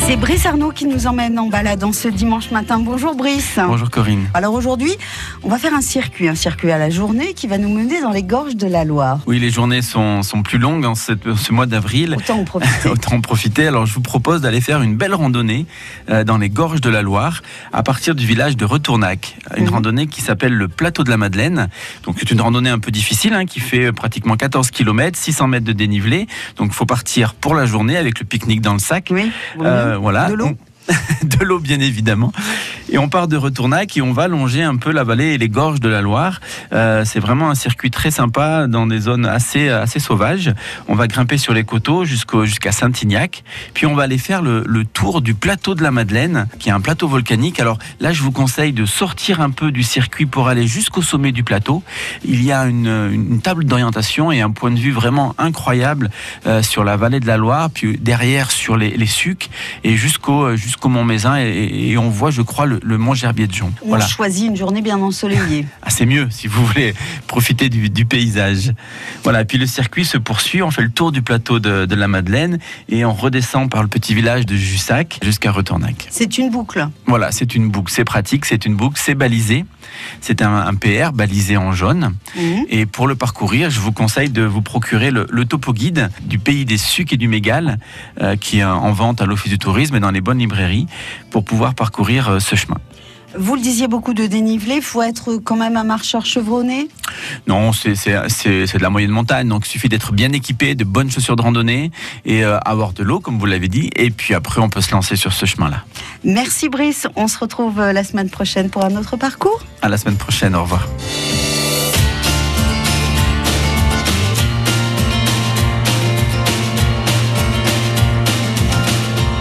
C'est Brice Arnaud qui nous emmène en balade ce dimanche matin. Bonjour Brice. Bonjour Corinne. Alors aujourd'hui, on va faire un circuit à la journée qui va nous mener dans les gorges de la Loire. Oui, les journées sont plus longues en ce mois d'avril. Autant en profiter. Autant en profiter. Alors je vous propose d'aller faire une belle randonnée dans les gorges de la Loire à partir du village de Retournac. Une randonnée qui s'appelle le plateau de la Madeleine. Donc c'est une randonnée un peu difficile qui fait pratiquement 14 km, 600 mètres de dénivelé. Donc il faut partir pour la journée avec le pique-nique dans le sac. Oui, voilà. De l'eau. De l'eau bien évidemment, et on part de Retournac et on va longer un peu la vallée et les gorges de la Loire. C'est vraiment un circuit très sympa dans des zones assez sauvages. On va grimper sur les coteaux jusqu'à Saint-Ignac, puis on va aller faire le tour du plateau de la Madeleine, qui est un plateau volcanique. Alors là, je vous conseille de sortir un peu du circuit pour aller jusqu'au sommet du plateau. Il y a une table d'orientation et un point de vue vraiment incroyable sur la vallée de la Loire, puis derrière sur les Sucs et jusqu'au Mont Mézin, et on voit, je crois, le Mont Gerbier de Jonc. On choisit une journée bien ensoleillée. C'est mieux si vous voulez profiter du paysage. Voilà, et puis le circuit se poursuit, on fait le tour du plateau de la Madeleine et on redescend par le petit village de Jussac jusqu'à Retournac. C'est une boucle. Voilà, c'est une boucle, c'est pratique, c'est une boucle, c'est balisé. C'est un PR balisé en jaune. Et pour le parcourir, je vous conseille de vous procurer le topo guide du pays des Sucs et du Mégale, qui est en vente à l'Office du tourisme et dans les bonnes librairies, pour pouvoir parcourir ce chemin. Vous le disiez, beaucoup de dénivelé, il faut être quand même un marcheur chevronné? Non, c'est de la moyenne montagne, donc il suffit d'être bien équipé, de bonnes chaussures de randonnée et avoir de l'eau, comme vous l'avez dit, et puis après on peut se lancer sur ce chemin-là. Merci Brice, on se retrouve la semaine prochaine pour un autre parcours. À la semaine prochaine, au revoir.